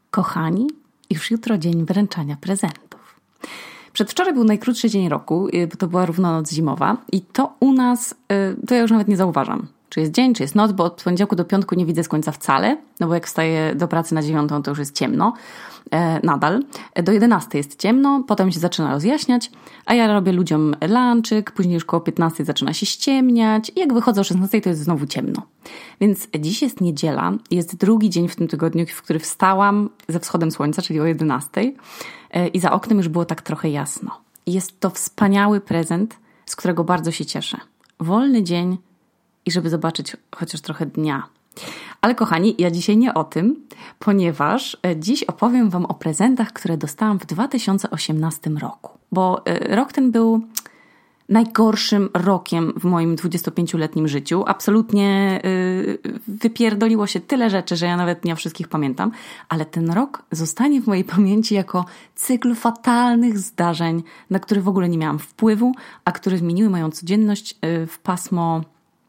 Kochani, już jutro dzień wręczania prezentów. Przedwczoraj był najkrótszy dzień roku, bo to była równonoc zimowa i to u nas, to ja już nawet nie zauważam, czy jest dzień, czy jest noc, bo od poniedziałku do piątku nie widzę słońca wcale, no bo jak wstaję do pracy na 9, to już jest ciemno, nadal. Do 11 jest ciemno, potem się zaczyna rozjaśniać, a ja robię ludziom lunchik, później już koło 15 zaczyna się ściemniać i jak wychodzę o 16 to jest znowu ciemno. Więc dziś jest niedziela, jest drugi dzień w tym tygodniu, w który wstałam ze wschodem słońca, czyli o 11 i za oknem już było tak trochę jasno. I jest to wspaniały prezent, z którego bardzo się cieszę. Wolny dzień i żeby zobaczyć chociaż trochę dnia. Ale kochani, ja dzisiaj nie o tym, ponieważ dziś opowiem wam o prezentach, które dostałam w 2018 roku. Bo rok ten był najgorszym rokiem w moim 25-letnim życiu. Absolutnie wypierdoliło się tyle rzeczy, że ja nawet nie wszystkich pamiętam. Ale ten rok zostanie w mojej pamięci jako cykl fatalnych zdarzeń, na które w ogóle nie miałam wpływu, a które zmieniły moją codzienność w pasmo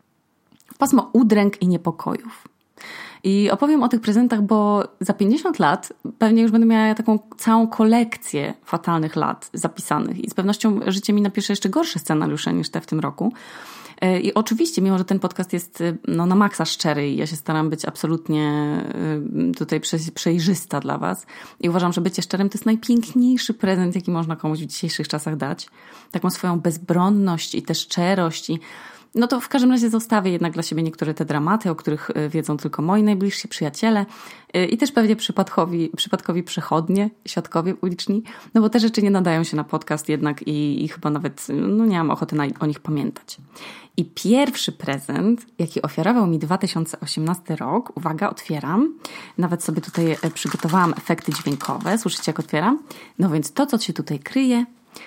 udręk i niepokojów. I opowiem o tych prezentach, bo za 50 lat pewnie już będę miała taką całą kolekcję fatalnych lat zapisanych i z pewnością życie mi napisze jeszcze gorsze scenariusze niż te w tym roku. I oczywiście, mimo że ten podcast jest na maksa szczery i ja się staram być absolutnie tutaj przejrzysta dla was i uważam, że bycie szczerym to jest najpiękniejszy prezent, jaki można komuś w dzisiejszych czasach dać. Taką swoją bezbronność i tę szczerość no to w każdym razie zostawię jednak dla siebie niektóre te dramaty, o których wiedzą tylko moi najbliżsi przyjaciele i też pewnie przypadkowi przechodnie, świadkowie uliczni, no bo te rzeczy nie nadają się na podcast jednak i chyba nawet nie mam ochoty o nich pamiętać. I pierwszy prezent, jaki ofiarował mi 2018 rok, uwaga, otwieram, nawet sobie tutaj przygotowałam efekty dźwiękowe, słyszycie jak otwieram? No więc to, co się tutaj kryje,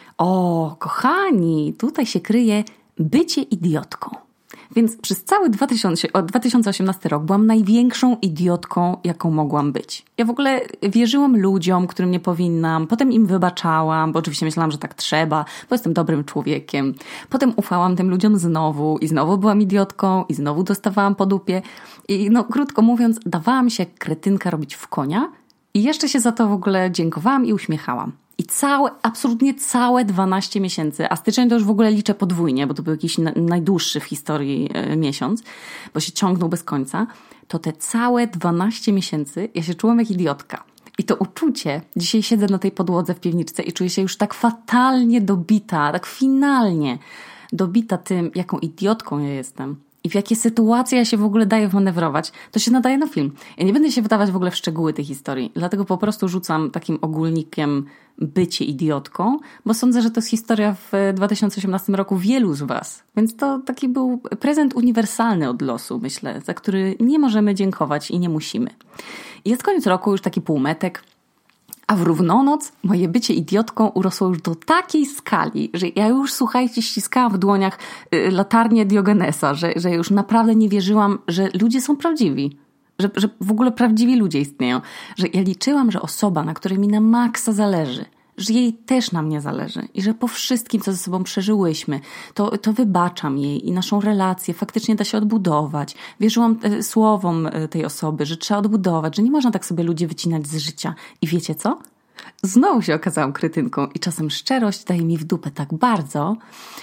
kochani, tutaj się kryje bycie idiotką. Więc przez cały 2018 rok byłam największą idiotką, jaką mogłam być. Ja w ogóle wierzyłam ludziom, którym nie powinnam, potem im wybaczałam, bo oczywiście myślałam, że tak trzeba, bo jestem dobrym człowiekiem. Potem ufałam tym ludziom znowu i znowu byłam idiotką i znowu dostawałam po dupie. I krótko mówiąc, dawałam się jak kretynka robić w konia i jeszcze się za to w ogóle dziękowałam i uśmiechałam. I absolutnie całe 12 miesięcy, a styczeń to już w ogóle liczę podwójnie, bo to był jakiś najdłuższy w historii miesiąc, bo się ciągnął bez końca, to te całe 12 miesięcy ja się czułam jak idiotka. I to uczucie, dzisiaj siedzę na tej podłodze w piwniczce i czuję się już tak fatalnie dobita, tak finalnie dobita tym, jaką idiotką ja jestem. I w jakie sytuacje ja się w ogóle daję wmanewrować, to się nadaje na film. Ja nie będę się wdawać w ogóle w szczegóły tej historii, dlatego po prostu rzucam takim ogólnikiem bycie idiotką, bo sądzę, że to jest historia w 2018 roku wielu z was. Więc to taki był prezent uniwersalny od losu, myślę, za który nie możemy dziękować i nie musimy. I jest koniec roku, już taki półmetek, a w równonoc moje bycie idiotką urosło już do takiej skali, że ja już, słuchajcie, ściskałam w dłoniach latarnię Diogenesa, że już naprawdę nie wierzyłam, że ludzie są prawdziwi. Że w ogóle prawdziwi ludzie istnieją. Że ja liczyłam, że osoba, na której mi na maksa zależy, że jej też na mnie zależy i że po wszystkim, co ze sobą przeżyłyśmy, to wybaczam jej i naszą relację faktycznie da się odbudować. Wierzyłam słowom tej osoby, że trzeba odbudować, że nie można tak sobie ludzi wycinać z życia. I wiecie co? Znowu się okazałam kretynką i czasem szczerość daje mi w dupę tak bardzo,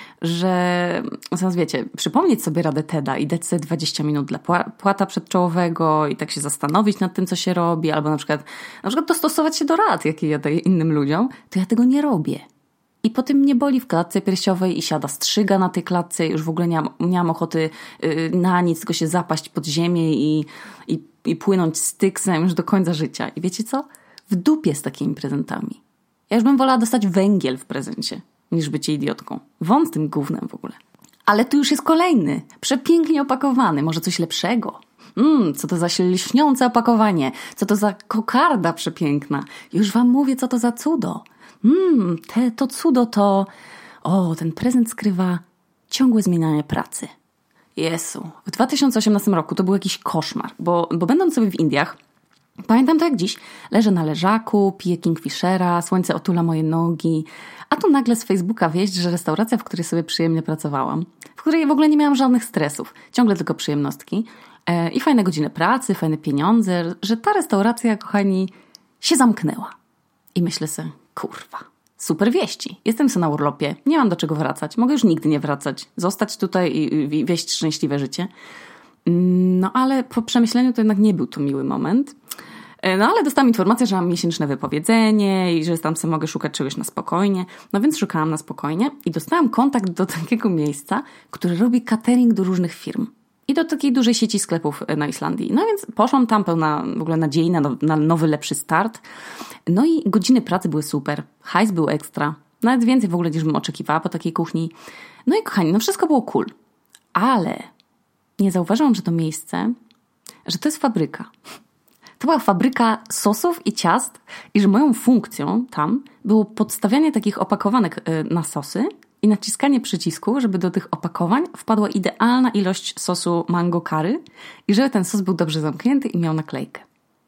że zaraz wiecie, przypomnieć sobie radę Teda i dać sobie 20 minut dla płata przedczołowego i tak się zastanowić nad tym, co się robi, albo na przykład dostosować się do rad, jakie ja daję innym ludziom, to ja tego nie robię. I potem mnie boli w klatce piersiowej i siada strzyga na tej klatce, już w ogóle nie miałam ochoty na nic, tylko się zapaść pod ziemię i płynąć styksem już do końca życia. I wiecie co? W dupie z takimi prezentami. Ja już bym wolała dostać węgiel w prezencie, niż bycie idiotką. Wąt z tym gównem w ogóle. Ale tu już jest kolejny, przepięknie opakowany, może coś lepszego. Co to za lśniące opakowanie, co to za kokarda przepiękna. Już wam mówię, co to za cudo. To cudo to... ten prezent skrywa ciągłe zmienianie pracy. Jezu, w 2018 roku to był jakiś koszmar, bo będąc sobie w Indiach, pamiętam to jak dziś, leżę na leżaku, piję Kingfishera, słońce otula moje nogi, a tu nagle z Facebooka wieść, że restauracja, w której sobie przyjemnie pracowałam, w której w ogóle nie miałam żadnych stresów, ciągle tylko przyjemnostki i fajne godziny pracy, fajne pieniądze, że ta restauracja, kochani, się zamknęła. I myślę sobie, kurwa, super wieści. Jestem sobie na urlopie, nie mam do czego wracać. Mogę już nigdy nie wracać. Zostać tutaj i wieść szczęśliwe życie. No ale po przemyśleniu to jednak nie był to miły moment. No ale dostałam informację, że mam miesięczne wypowiedzenie i że tam sobie mogę szukać czegoś na spokojnie. No więc szukałam na spokojnie i dostałam kontakt do takiego miejsca, które robi catering do różnych firm. I do takiej dużej sieci sklepów na Islandii. No więc poszłam tam pełna w ogóle nadziei na nowy, lepszy start. No i godziny pracy były super. Hajs był ekstra. Nawet więcej w ogóle niż bym oczekiwała po takiej kuchni. No i kochani, no wszystko było cool. Ale nie zauważyłam, że to miejsce, że to jest fabryka. To była fabryka sosów i ciast i że moją funkcją tam było podstawianie takich opakowanek na sosy i naciskanie przycisku, żeby do tych opakowań wpadła idealna ilość sosu mango curry i żeby ten sos był dobrze zamknięty i miał naklejkę.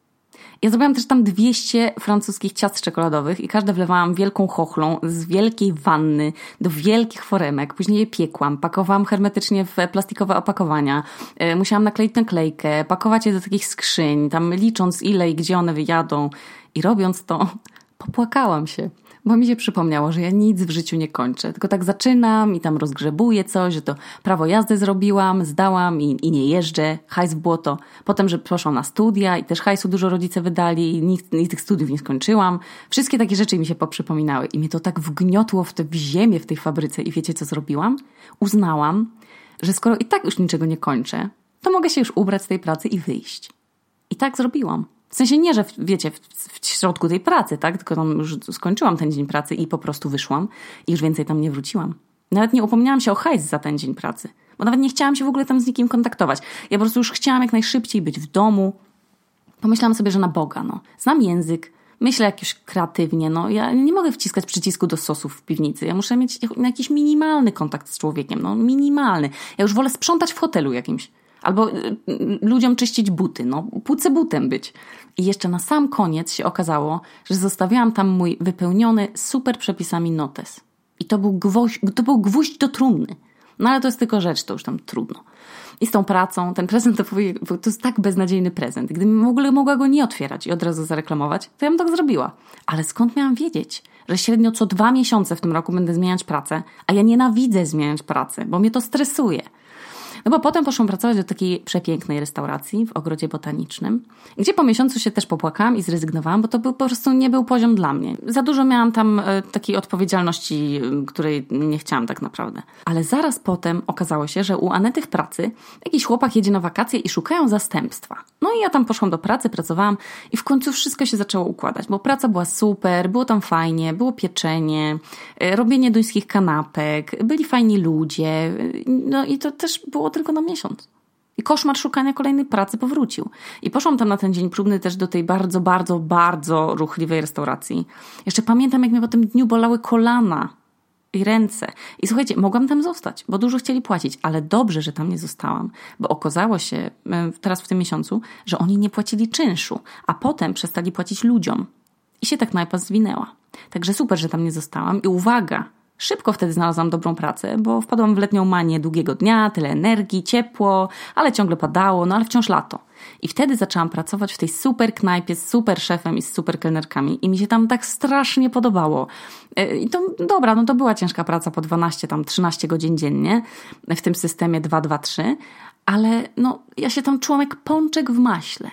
Ja zrobiłam też tam 200 francuskich ciast czekoladowych i każde wlewałam wielką chochlą z wielkiej wanny do wielkich foremek. Później je piekłam, pakowałam hermetycznie w plastikowe opakowania. Musiałam nakleić naklejkę, pakować je do takich skrzyń, tam licząc ile i gdzie one wyjadą. I robiąc to, popłakałam się. Bo mi się przypomniało, że ja nic w życiu nie kończę. Tylko tak zaczynam i tam rozgrzebuję coś, że to prawo jazdy zrobiłam, zdałam i nie jeżdżę, hajs w błoto. Potem, że poszłam na studia i też hajsu dużo rodzice wydali i tych studiów nie skończyłam. Wszystkie takie rzeczy mi się poprzypominały i mnie to tak wgniotło w ziemię w tej fabryce. I wiecie, co zrobiłam? Uznałam, że skoro i tak już niczego nie kończę, to mogę się już ubrać z tej pracy i wyjść. I tak zrobiłam. W sensie nie, że wiecie, w środku tej pracy, tak? Tylko tam już skończyłam ten dzień pracy i po prostu wyszłam i już więcej tam nie wróciłam. Nawet nie upomniałam się o hajs za ten dzień pracy, bo nawet nie chciałam się w ogóle tam z nikim kontaktować. Ja po prostu już chciałam jak najszybciej być w domu. Pomyślałam sobie, że na Boga, no. Znam język, myślę jakoś kreatywnie, no. Ja nie mogę wciskać przycisku do sosów w piwnicy. Ja muszę mieć jakiś minimalny kontakt z człowiekiem, no. Minimalny. Ja już wolę sprzątać w hotelu jakimś. Albo ludziom czyścić buty, no butem być. I jeszcze na sam koniec się okazało, że zostawiałam tam mój wypełniony super przepisami notes. I to był gwóźdź do trumny. No ale to jest tylko rzecz, to już tam trudno. I z tą pracą, ten prezent to jest tak beznadziejny prezent. Gdybym w ogóle mogła go nie otwierać i od razu zareklamować, to ja bym tak zrobiła. Ale skąd miałam wiedzieć, że średnio co 2 miesiące w tym roku będę zmieniać pracę, a ja nienawidzę zmieniać pracę, bo mnie to stresuje. No bo potem poszłam pracować do takiej przepięknej restauracji w ogrodzie botanicznym, gdzie po miesiącu się też popłakałam i zrezygnowałam, bo to po prostu nie był poziom dla mnie. Za dużo miałam tam takiej odpowiedzialności, której nie chciałam tak naprawdę. Ale zaraz potem okazało się, że u Anety w pracy jakiś chłopak jedzie na wakacje i szukają zastępstwa. No i ja tam poszłam do pracy, pracowałam i w końcu wszystko się zaczęło układać, bo praca była super, było tam fajnie, było pieczenie, robienie duńskich kanapek, byli fajni ludzie, no i to też było tylko na miesiąc. I koszmar szukania kolejnej pracy powrócił. I poszłam tam na ten dzień próbny też do tej bardzo, bardzo, bardzo ruchliwej restauracji. Jeszcze pamiętam, jak mnie po tym dniu bolały kolana i ręce. I słuchajcie, mogłam tam zostać, bo dużo chcieli płacić, ale dobrze, że tam nie zostałam, bo okazało się teraz w tym miesiącu, że oni nie płacili czynszu, a potem przestali płacić ludziom. I się ta knajpa zwinęła. Także super, że tam nie zostałam. I uwaga, szybko wtedy znalazłam dobrą pracę, bo wpadłam w letnią manię długiego dnia, tyle energii, ciepło, ale ciągle padało, no ale wciąż lato. I wtedy zaczęłam pracować w tej super knajpie z super szefem i z super kelnerkami i mi się tam tak strasznie podobało. I to dobra, no to była ciężka praca po 12, tam 13 godzin dziennie w tym systemie 2-2-3, ale no ja się tam czułam jak pączek w maśle.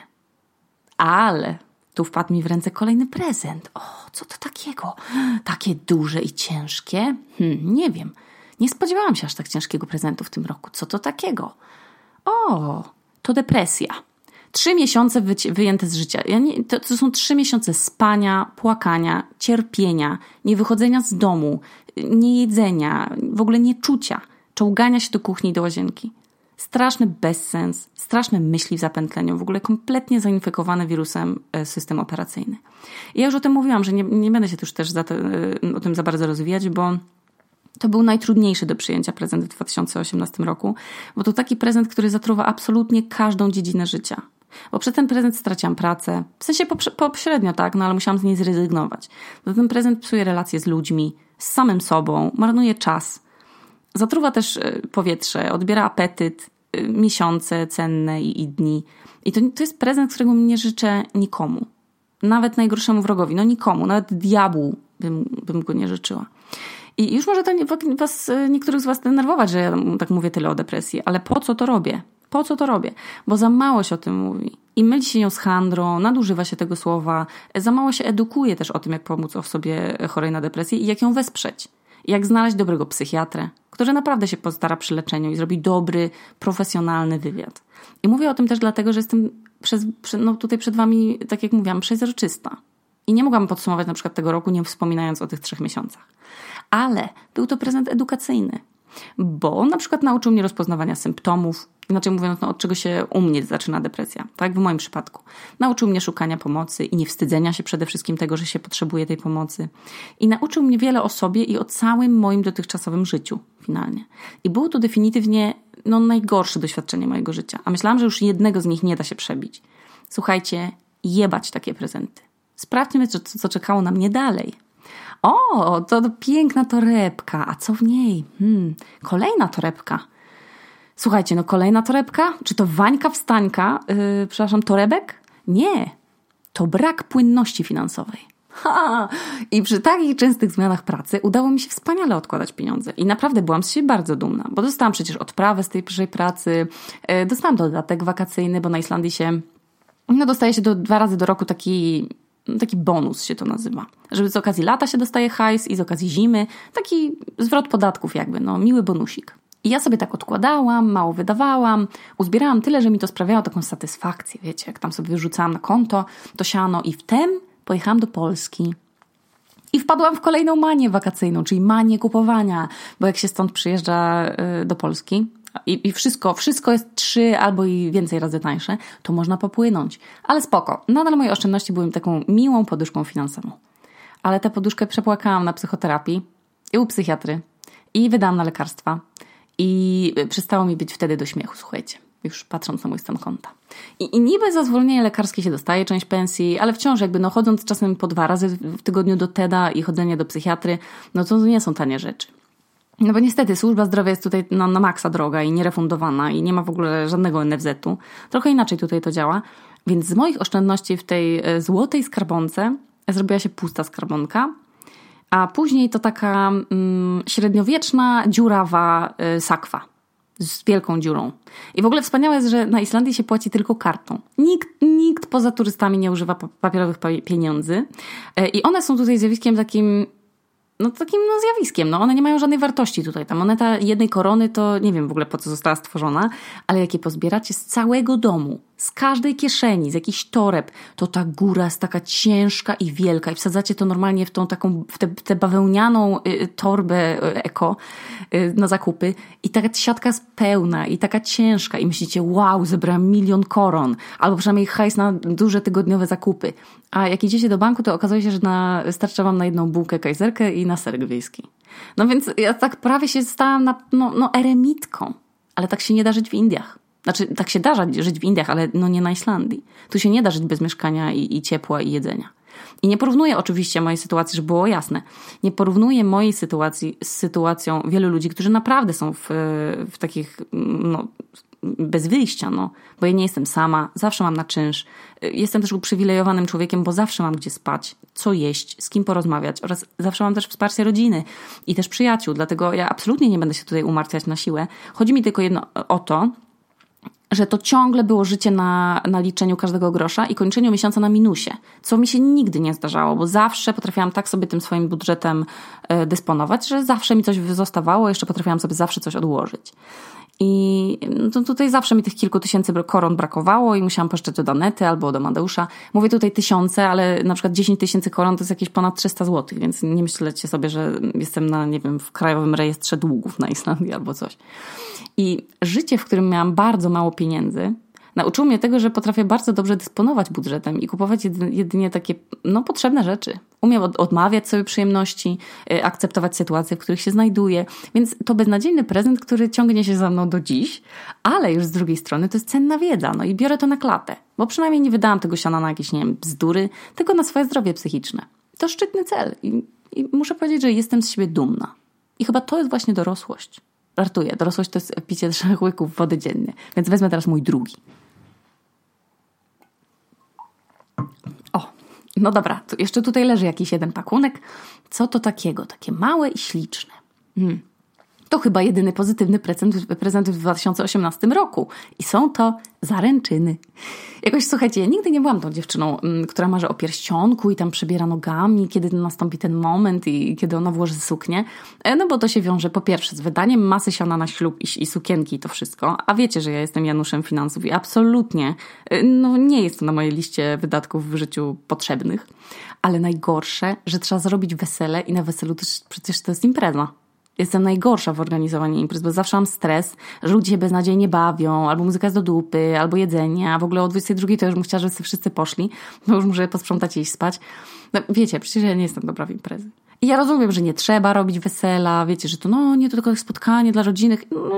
Ale tu wpadł mi w ręce kolejny prezent. O, co to takiego? Takie duże i ciężkie? Nie wiem. Nie spodziewałam się aż tak ciężkiego prezentu w tym roku. Co to takiego? O, to depresja. 3 miesiące wyjęte z życia. To są 3 miesiące spania, płakania, cierpienia, niewychodzenia z domu, niejedzenia, w ogóle nieczucia, czołgania się do kuchni i do łazienki. Straszny bezsens, straszne myśli w zapętleniu, w ogóle kompletnie zainfekowany wirusem system operacyjny. I ja już o tym mówiłam, że nie będę się tu już też o tym za bardzo rozwijać, bo to był najtrudniejszy do przyjęcia prezent w 2018 roku, bo to taki prezent, który zatruwa absolutnie każdą dziedzinę życia. Bo przez ten prezent straciłam pracę, w sensie pośrednio tak, no ale musiałam z niej zrezygnować. Bo ten prezent psuje relacje z ludźmi, z samym sobą, marnuje czas. Zatruwa też powietrze, odbiera apetyt, miesiące cenne i dni. I to jest prezent, którego nie życzę nikomu. Nawet najgorszemu wrogowi, no nikomu, nawet diabłu bym go nie życzyła. I już może to niektórych z was denerwować, że ja tak mówię tyle o depresji, ale po co to robię? Po co to robię? Bo za mało się o tym mówi. I myli się ją z handrą, nadużywa się tego słowa, za mało się edukuje też o tym, jak pomóc osobie chorej na depresję i jak ją wesprzeć. Jak znaleźć dobrego psychiatrę, który naprawdę się postara przy leczeniu i zrobi dobry, profesjonalny wywiad. I mówię o tym też dlatego, że jestem tutaj przed wami, tak jak mówiłam, przezroczysta. I nie mogłam podsumować na przykład tego roku, nie wspominając o tych 3 miesiącach. Ale był to prezent edukacyjny, bo na przykład nauczył mnie rozpoznawania symptomów, inaczej mówiąc, od czego się u mnie zaczyna depresja, tak w moim przypadku. Nauczył mnie szukania pomocy i nie wstydzenia się przede wszystkim tego, że się potrzebuje tej pomocy. I nauczył mnie wiele o sobie i o całym moim dotychczasowym życiu finalnie. I było to definitywnie najgorsze doświadczenie mojego życia. A myślałam, że już jednego z nich nie da się przebić. Słuchajcie, jebać takie prezenty. Sprawdźmy, co czekało na mnie dalej. O, to piękna torebka. A co w niej? Kolejna torebka. Słuchajcie, kolejna torebka? Czy to Wańka wstańka? Torebek? Nie. To brak płynności finansowej. I przy takich częstych zmianach pracy udało mi się wspaniale odkładać pieniądze. I naprawdę byłam z siebie bardzo dumna, bo dostałam przecież odprawę z tej pierwszej pracy, dostałam dodatek wakacyjny, bo na Islandii się dostaje się 2 razy do roku taki bonus się to nazywa. Żeby z okazji lata się dostaje hajs i z okazji zimy taki zwrot podatków jakby, miły bonusik. I ja sobie tak odkładałam, mało wydawałam, uzbierałam tyle, że mi to sprawiało taką satysfakcję, wiecie, jak tam sobie wyrzucałam na konto to siano i wtem pojechałam do Polski. I wpadłam w kolejną manię wakacyjną, czyli manię kupowania, bo jak się stąd przyjeżdża do Polski i wszystko jest 3 albo i więcej razy tańsze, to można popłynąć. Ale spoko, nadal moje oszczędności były taką miłą poduszką finansową. Ale tę poduszkę przepłakałam na psychoterapii i u psychiatry i wydałam na lekarstwa i przestało mi być wtedy do śmiechu, słuchajcie, już patrząc na mój stan konta. I niby za zwolnienie lekarskie się dostaje część pensji, ale wciąż chodząc czasem po 2 razy w tygodniu do TED-a i chodzenie do psychiatry, to nie są tanie rzeczy. Bo niestety służba zdrowia jest tutaj na maksa droga i nierefundowana i nie ma w ogóle żadnego NFZ-u. Trochę inaczej tutaj to działa. Więc z moich oszczędności w tej złotej skarbonce zrobiła się pusta skarbonka, a później to taka średniowieczna, dziurawa sakwa z wielką dziurą. I w ogóle wspaniałe jest, że na Islandii się płaci tylko kartą. Nikt poza turystami nie używa papierowych pieniędzy. I one są tutaj zjawiskiem takim zjawiskiem. One nie mają żadnej wartości tutaj. Ta moneta 1 korony to nie wiem w ogóle po co została stworzona, ale jak je pozbieracie z całego domu, z każdej kieszeni, z jakichś toreb, to ta góra jest taka ciężka i wielka i wsadzacie to normalnie w tę bawełnianą torbę eko na zakupy i ta siatka jest pełna i taka ciężka i myślicie, wow, zebrałam 1 000 000 koron albo przynajmniej hajs na duże tygodniowe zakupy. A jak idziecie do banku, to okazuje się, że starcza wam na 1 bułkę kajzerkę i na serek wiejski. Więc ja tak prawie się stałam eremitką. Ale tak się nie da żyć w Indiach. Znaczy, tak się da żyć w Indiach, ale nie na Islandii. Tu się nie da żyć bez mieszkania i ciepła i jedzenia. I nie porównuję oczywiście mojej sytuacji, żeby było jasne. Nie porównuję mojej sytuacji z sytuacją wielu ludzi, którzy naprawdę są w takich, bez wyjścia, bo ja nie jestem sama, zawsze mam na czynsz. Jestem też uprzywilejowanym człowiekiem, bo zawsze mam gdzie spać, co jeść, z kim porozmawiać oraz zawsze mam też wsparcie rodziny i też przyjaciół, dlatego ja absolutnie nie będę się tutaj umartwiać na siłę. Chodzi mi tylko o to, że to ciągle było życie na liczeniu każdego grosza i kończeniu miesiąca na minusie, co mi się nigdy nie zdarzało, bo zawsze potrafiłam tak sobie tym swoim budżetem dysponować, że zawsze mi coś zostawało, jeszcze potrafiłam sobie zawsze coś odłożyć. I tutaj zawsze mi tych kilku tysięcy koron brakowało i musiałam pożyczać do Danety albo do Amadeusza. Mówię tutaj tysiące, ale na przykład 10 000 koron to jest jakieś ponad 300 zł, więc nie myślecie sobie, że jestem w krajowym rejestrze długów na Islandii albo coś. I życie, w którym miałam bardzo mało pieniędzy, nauczyło mnie tego, że potrafię bardzo dobrze dysponować budżetem i kupować jedynie takie potrzebne rzeczy. Umiem odmawiać sobie przyjemności, akceptować sytuacje, w których się znajduję. Więc to beznadziejny prezent, który ciągnie się za mną do dziś, ale już z drugiej strony to jest cenna wiedza. I biorę to na klatę, bo przynajmniej nie wydałam tego siana na jakieś, bzdury, tylko na swoje zdrowie psychiczne. To szczytny cel i muszę powiedzieć, że jestem z siebie dumna. I chyba to jest właśnie dorosłość. Żartuję, dorosłość to jest picie 3 łyków wody dziennie. Więc wezmę teraz mój drugi. No dobra, to jeszcze tutaj leży jakiś jeden pakunek. Co to takiego? Takie małe i śliczne. To chyba jedyny pozytywny prezent w 2018 roku. I są to zaręczyny. Jakoś, słuchajcie, ja nigdy nie byłam tą dziewczyną, która marzy o pierścionku i tam przebiera nogami, kiedy nastąpi ten moment i kiedy ona włoży suknię. No bo to się wiąże po pierwsze z wydaniem masy siana na ślub i sukienki i to wszystko. A wiecie, że ja jestem Januszem finansów i absolutnie nie jest to na mojej liście wydatków w życiu potrzebnych. Ale najgorsze, że trzeba zrobić wesele i na weselu przecież to jest impreza. Jestem najgorsza w organizowaniu imprez, bo zawsze mam stres, że ludzie się beznadziejnie bawią, albo muzyka jest do dupy, albo jedzenie, a w ogóle o 22 to już bym chciała, żeby wszyscy poszli, bo już muszę posprzątać i iść spać. No wiecie, przecież ja nie jestem dobra w imprezy. I ja rozumiem, że nie trzeba robić wesela, wiecie, że to to tylko spotkanie dla rodziny.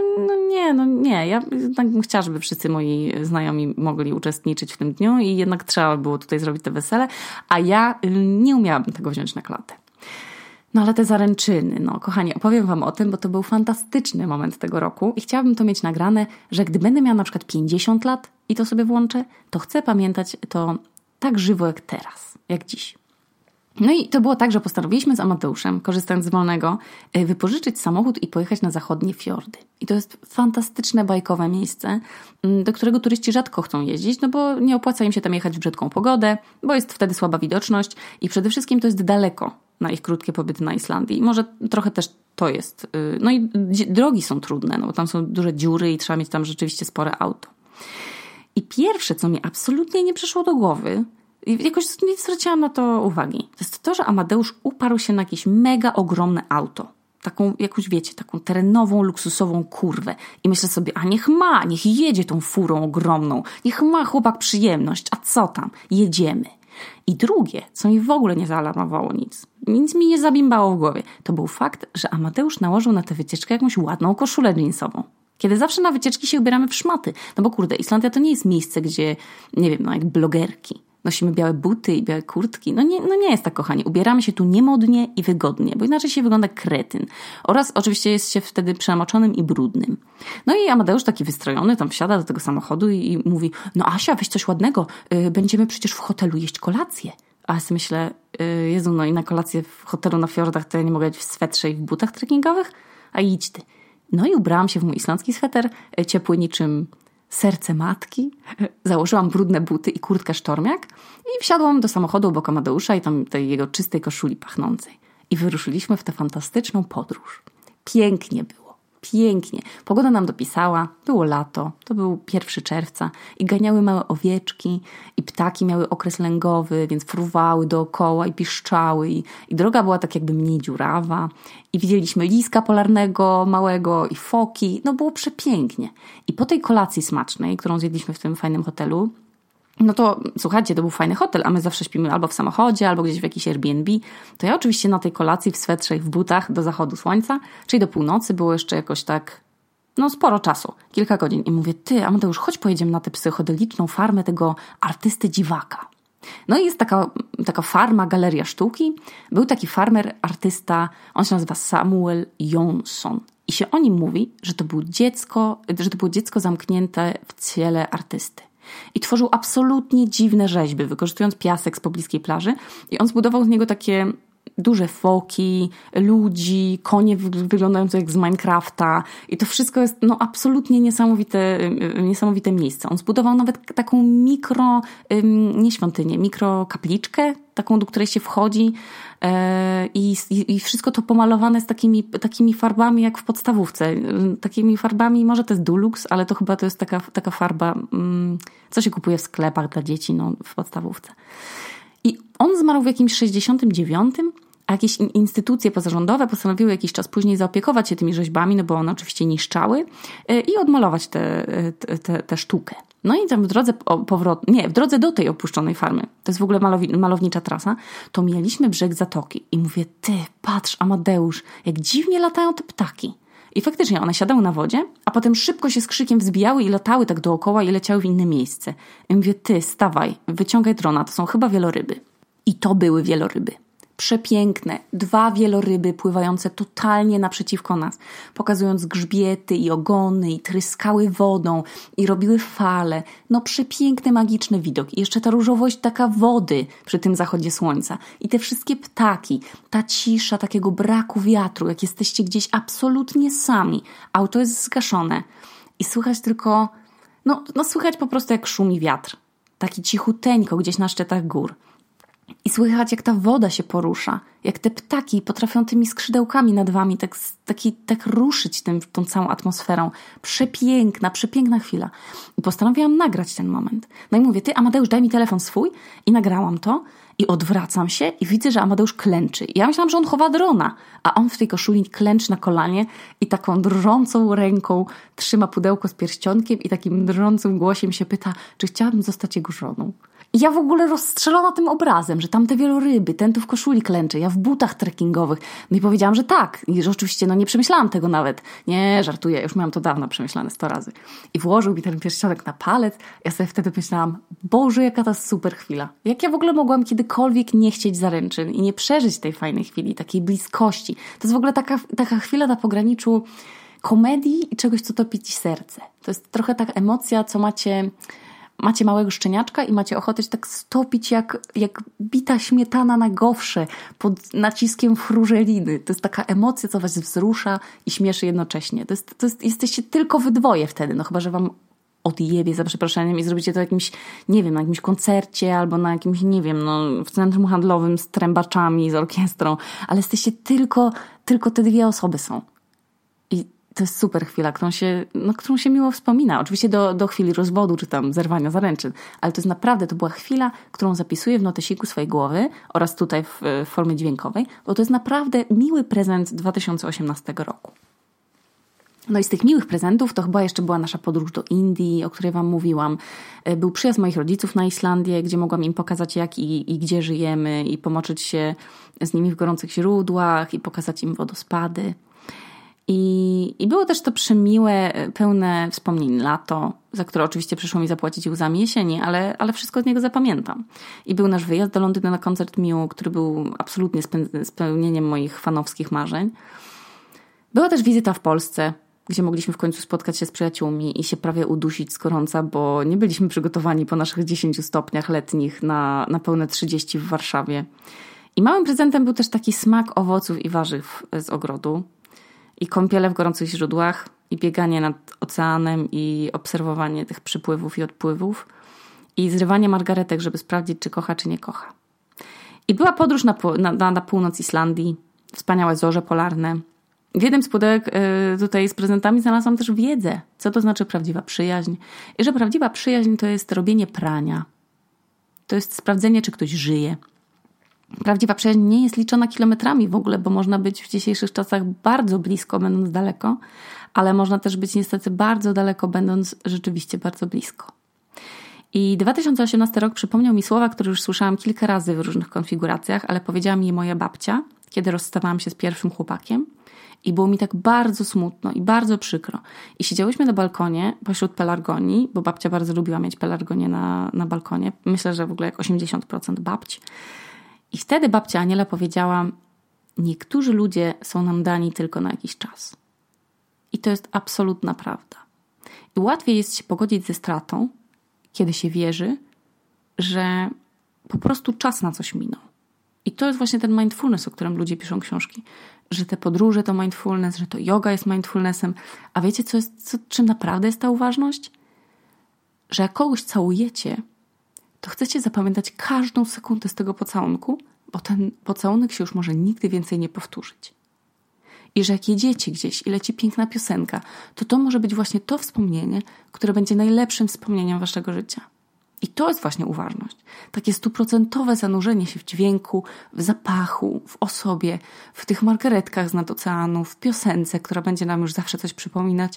Nie. Ja tak bym chciała, żeby wszyscy moi znajomi mogli uczestniczyć w tym dniu i jednak trzeba było tutaj zrobić te wesele, a ja nie umiałabym tego wziąć na klatę. No ale te zaręczyny, kochani, opowiem wam o tym, bo to był fantastyczny moment tego roku i chciałabym to mieć nagrane, że gdy będę miała na przykład 50 lat i to sobie włączę, to chcę pamiętać to tak żywo jak teraz, jak dziś. No i to było tak, że postanowiliśmy z Amateuszem, korzystając z wolnego, wypożyczyć samochód i pojechać na zachodnie fiordy. I to jest fantastyczne, bajkowe miejsce, do którego turyści rzadko chcą jeździć, bo nie opłaca im się tam jechać w brzydką pogodę, bo jest wtedy słaba widoczność i przede wszystkim to jest daleko na ich krótkie pobyty na Islandii. I może trochę też to jest. No i drogi są trudne, bo tam są duże dziury i trzeba mieć tam rzeczywiście spore auto. I pierwsze, co mi absolutnie nie przyszło do głowy, i jakoś nie zwróciłam na to uwagi, to jest to, że Amadeusz uparł się na jakieś mega ogromne auto. Taką jakąś, wiecie, taką terenową, luksusową kurwę. I myślę sobie, niech jedzie tą furą ogromną. Niech ma chłopak przyjemność. A co tam? Jedziemy. I drugie, co mi w ogóle nie zaalarmowało nic mi nie zabimbało w głowie, to był fakt, że Amadeusz nałożył na tę wycieczkę jakąś ładną koszulę jeansową. Kiedy zawsze na wycieczki się ubieramy w szmaty. No bo kurde, Islandia to nie jest miejsce, gdzie, nie wiem, jak blogerki. Nosimy białe buty i białe kurtki. No nie jest tak, kochani. Ubieramy się tu niemodnie i wygodnie, bo inaczej się wygląda kretyn. Oraz oczywiście jest się wtedy przemoczonym i brudnym. No i Amadeusz taki wystrojony tam wsiada do tego samochodu i mówi, Asia, weź coś ładnego, będziemy przecież w hotelu jeść kolację. A ja sobie myślę, Jezu, i na kolację w hotelu na fiordach to ja nie mogę być w swetrze i w butach trekkingowych? A idź ty. No i ubrałam się w mój islandzki sweter, ciepły niczym serce matki, założyłam brudne buty i kurtkę sztormiak i wsiadłam do samochodu obok Amadeusza i tam tej jego czystej koszuli pachnącej. I wyruszyliśmy w tę fantastyczną podróż. Pięknie było. Pięknie. Pogoda nam dopisała, było lato, to był 1 czerwca i ganiały małe owieczki i ptaki miały okres lęgowy, więc fruwały dookoła i piszczały i droga była tak jakby mniej dziurawa i widzieliśmy liska polarnego małego i foki, było przepięknie. I po tej kolacji smacznej, którą zjedliśmy w tym fajnym hotelu, to słuchajcie, to był fajny hotel, a my zawsze śpimy albo w samochodzie, albo gdzieś w jakiejś Airbnb. To ja oczywiście na tej kolacji w swetrze i w butach do zachodu słońca, czyli do północy było jeszcze jakoś tak, sporo czasu, kilka godzin. I mówię, ty Amadeusz, chodź pojedziemy na tę psychodeliczną farmę tego artysty dziwaka. No i jest taka farma, galeria sztuki. Był taki farmer, artysta, on się nazywa Samuel Jonsson. I się o nim mówi, że to było dziecko zamknięte w ciele artysty. I tworzył absolutnie dziwne rzeźby, wykorzystując piasek z pobliskiej plaży. I on zbudował z niego takie duże foki, ludzi, konie wyglądające jak z Minecrafta. I to wszystko jest absolutnie niesamowite miejsce. On zbudował nawet taką nie świątynię, mikrokapliczkę, taką, do której się wchodzi i wszystko to pomalowane z takimi farbami jak w podstawówce. Takimi farbami, może to jest Dulux, ale to chyba to jest taka farba, co się kupuje w sklepach dla dzieci w podstawówce. I on zmarł w jakimś 69, a jakieś instytucje pozarządowe postanowiły jakiś czas później zaopiekować się tymi rzeźbami, bo one oczywiście niszczały i odmalować tę sztukę. No i tam w drodze do tej opuszczonej farmy, to jest w ogóle malownicza trasa, to mijaliśmy brzeg zatoki i mówię, ty, patrz Amadeusz, jak dziwnie latają te ptaki. I faktycznie one siadały na wodzie, a potem szybko się z krzykiem wzbijały i latały tak dookoła i leciały w inne miejsce. I mówię, ty, stawaj, wyciągaj drona, to są chyba wieloryby. I to były wieloryby. przepiękne. 2 wieloryby pływające totalnie naprzeciwko nas, pokazując grzbiety i ogony i tryskały wodą i robiły fale. No przepiękny, magiczny widok. I jeszcze ta różowość taka wody przy tym zachodzie słońca. I te wszystkie ptaki, ta cisza takiego braku wiatru, jak jesteście gdzieś absolutnie sami. Auto jest zgaszone i słychać tylko, no słychać po prostu jak szumi wiatr. Taki cichuteńko gdzieś na szczytach gór. I słychać, jak ta woda się porusza, jak te ptaki potrafią tymi skrzydełkami nad wami tak ruszyć tą całą atmosferą. Przepiękna chwila. I postanowiłam nagrać ten moment. No i mówię, ty Amadeusz, daj mi telefon swój. I nagrałam to i odwracam się i widzę, że Amadeusz klęczy. I ja myślałam, że on chowa drona, a on w tej koszuli klęczy na kolanie i taką drżącą ręką trzyma pudełko z pierścionkiem i takim drżącym głosem się pyta, czy chciałabym zostać jego żoną. I ja w ogóle rozstrzelona tym obrazem, że tam te wieloryby, ten tu w koszuli klęczy, ja w butach trekkingowych. No i powiedziałam, że tak. I że oczywiście nie przemyślałam tego nawet. Nie, żartuję, już miałam to dawno przemyślane 100 razy. I włożył mi ten pierścionek na palec. Ja sobie wtedy myślałam, Boże, jaka to super chwila. Jak ja w ogóle mogłam kiedykolwiek nie chcieć zaręczyn i nie przeżyć tej fajnej chwili, takiej bliskości. To jest w ogóle taka chwila na pograniczu komedii i czegoś, co topi ci serce. To jest trochę taka emocja, co macie małego szczeniaczka i macie ochotę się tak stopić jak bita śmietana na gofrze pod naciskiem frużeliny. To jest taka emocja, co was wzrusza i śmieszy jednocześnie. Jesteście tylko wy dwoje wtedy, no chyba, że wam odjebie za przeproszeniem i zrobicie to jakimś, nie wiem, na jakimś koncercie albo na jakimś, nie wiem, no w centrum handlowym z trębaczami, z orkiestrą, ale jesteście tylko te 2 osoby są. I to jest super chwila, którą się miło wspomina. Oczywiście do chwili rozwodu, czy tam zerwania zaręczyn. Ale to jest naprawdę, to była chwila, którą zapisuję w notesiku swojej głowy oraz tutaj w formie dźwiękowej, bo to jest naprawdę miły prezent 2018 roku. No i z tych miłych prezentów to chyba jeszcze była nasza podróż do Indii, o której wam mówiłam. Był przyjazd moich rodziców na Islandię, gdzie mogłam im pokazać jak i gdzie żyjemy i pomoczyć się z nimi w gorących źródłach i pokazać im wodospady. I było też to przemiłe, pełne wspomnień lato, za które oczywiście przyszło mi zapłacić łzami jesieni, ale wszystko z niego zapamiętam. I był nasz wyjazd do Londynu na koncert Miu, który był absolutnie spełnieniem moich fanowskich marzeń. Była też wizyta w Polsce, gdzie mogliśmy w końcu spotkać się z przyjaciółmi i się prawie udusić z gorąca, bo nie byliśmy przygotowani po naszych 10 stopniach letnich na pełne 30 w Warszawie. I małym prezentem był też taki smak owoców i warzyw z ogrodu. I kąpiele w gorących źródłach, i bieganie nad oceanem, i obserwowanie tych przypływów i odpływów, i zrywanie margaretek, żeby sprawdzić, czy kocha, czy nie kocha. I była podróż na północ Islandii, wspaniałe zorze polarne. W jednym z pudełek tutaj z prezentami znalazłam też wiedzę, co to znaczy prawdziwa przyjaźń. I że prawdziwa przyjaźń to jest robienie prania. To jest sprawdzenie, czy ktoś żyje. Prawdziwa przyjaźń nie jest liczona kilometrami w ogóle, bo można być w dzisiejszych czasach bardzo blisko, będąc daleko, ale można też być niestety bardzo daleko, będąc rzeczywiście bardzo blisko. I 2018 rok przypomniał mi słowa, które już słyszałam kilka razy w różnych konfiguracjach, ale powiedziała mi je moja babcia, kiedy rozstawałam się z pierwszym chłopakiem. I było mi tak bardzo smutno i bardzo przykro. I siedziałyśmy na balkonie pośród pelargonii, bo babcia bardzo lubiła mieć pelargonię na balkonie. Myślę, że w ogóle jak 80% babć. I wtedy babcia Aniela powiedziała, niektórzy ludzie są nam dani tylko na jakiś czas. I to jest absolutna prawda. I łatwiej jest się pogodzić ze stratą, kiedy się wierzy, że po prostu czas na coś minął. I to jest właśnie ten mindfulness, o którym ludzie piszą książki. Że te podróże to mindfulness, że to yoga jest mindfulnessem. A wiecie, czym naprawdę jest ta uważność? Że jak kogoś całujecie, to chcecie zapamiętać każdą sekundę z tego pocałunku, bo ten pocałunek się już może nigdy więcej nie powtórzyć. I że jak jedziecie gdzieś i leci piękna piosenka, to może być właśnie to wspomnienie, które będzie najlepszym wspomnieniem waszego życia. I to jest właśnie uważność. Takie 100% zanurzenie się w dźwięku, w zapachu, w osobie, w tych margaretkach z nad oceanu, w piosence, która będzie nam już zawsze coś przypominać.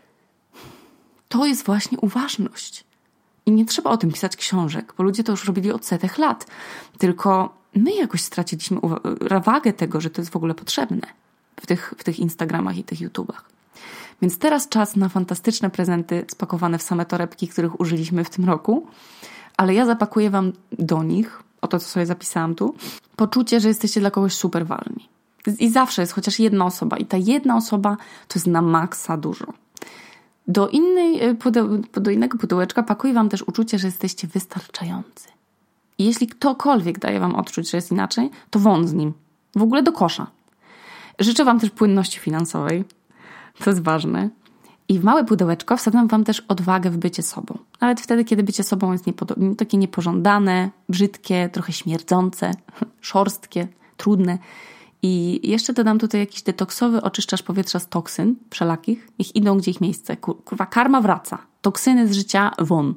To jest właśnie uważność. I nie trzeba o tym pisać książek, bo ludzie to już robili od setek lat. Tylko my jakoś straciliśmy wagę tego, że to jest w ogóle potrzebne w tych Instagramach i tych YouTubach. Więc teraz czas na fantastyczne prezenty spakowane w same torebki, których użyliśmy w tym roku. Ale ja zapakuję wam do nich oto co sobie zapisałam tu, poczucie, że jesteście dla kogoś super ważni. I zawsze jest chociaż jedna osoba i ta jedna osoba to jest na maksa dużo. Do innego pudełeczka pakuje wam też uczucie, że jesteście wystarczający. I jeśli ktokolwiek daje wam odczuć, że jest inaczej, to won z nim. W ogóle do kosza. Życzę wam też płynności finansowej. To jest ważne. I w małe pudełeczko wsadzam wam też odwagę w bycie sobą. Nawet wtedy, kiedy bycie sobą jest takie niepożądane, brzydkie, trochę śmierdzące, szorstkie, trudne. I jeszcze dodam tutaj jakiś detoksowy oczyszczacz powietrza z toksyn wszelakich. Niech idą, gdzie ich miejsce. Kurwa, karma wraca. Toksyny z życia won.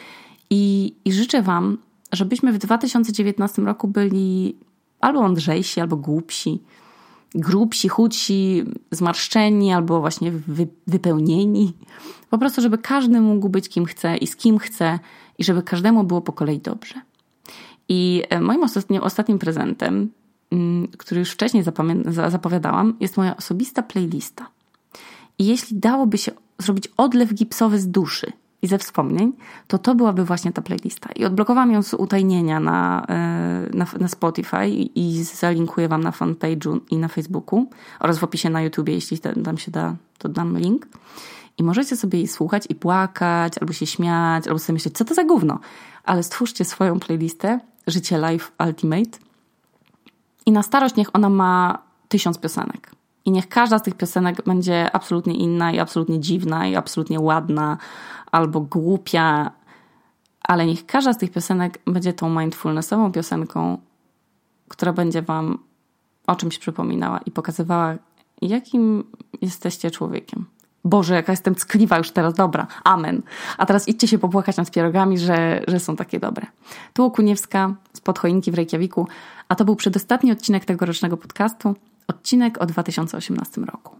I życzę wam, żebyśmy w 2019 roku byli albo mądrzejsi, albo głupsi, grubsi, chudsi, zmarszczeni, albo właśnie wypełnieni. Po prostu, żeby każdy mógł być kim chce i z kim chce i żeby każdemu było po kolei dobrze. I moim ostatnim prezentem, który już wcześniej zapowiadałam, jest moja osobista playlista. I jeśli dałoby się zrobić odlew gipsowy z duszy i ze wspomnień, to byłaby właśnie ta playlista. I odblokowałam ją z utajnienia na Spotify i zalinkuję wam na fanpage'u i na Facebooku oraz w opisie na YouTubie, jeśli tam się da, to dam link. I możecie sobie jej słuchać i płakać, albo się śmiać, albo sobie myśleć, co to za gówno. Ale stwórzcie swoją playlistę Życie Life Ultimate i na starość niech ona ma 1000 piosenek. I niech każda z tych piosenek będzie absolutnie inna i absolutnie dziwna i absolutnie ładna albo głupia, ale niech każda z tych piosenek będzie tą mindfulnessową piosenką, która będzie wam o czymś przypominała i pokazywała, jakim jesteście człowiekiem. Boże, jaka jestem ckliwa już teraz, dobra, amen. A teraz idźcie się popłakać nad pierogami, że są takie dobre. Tu Okuniewska spod choinki w Reykjaviku, a to był przedostatni odcinek tegorocznego podcastu, odcinek o 2018 roku.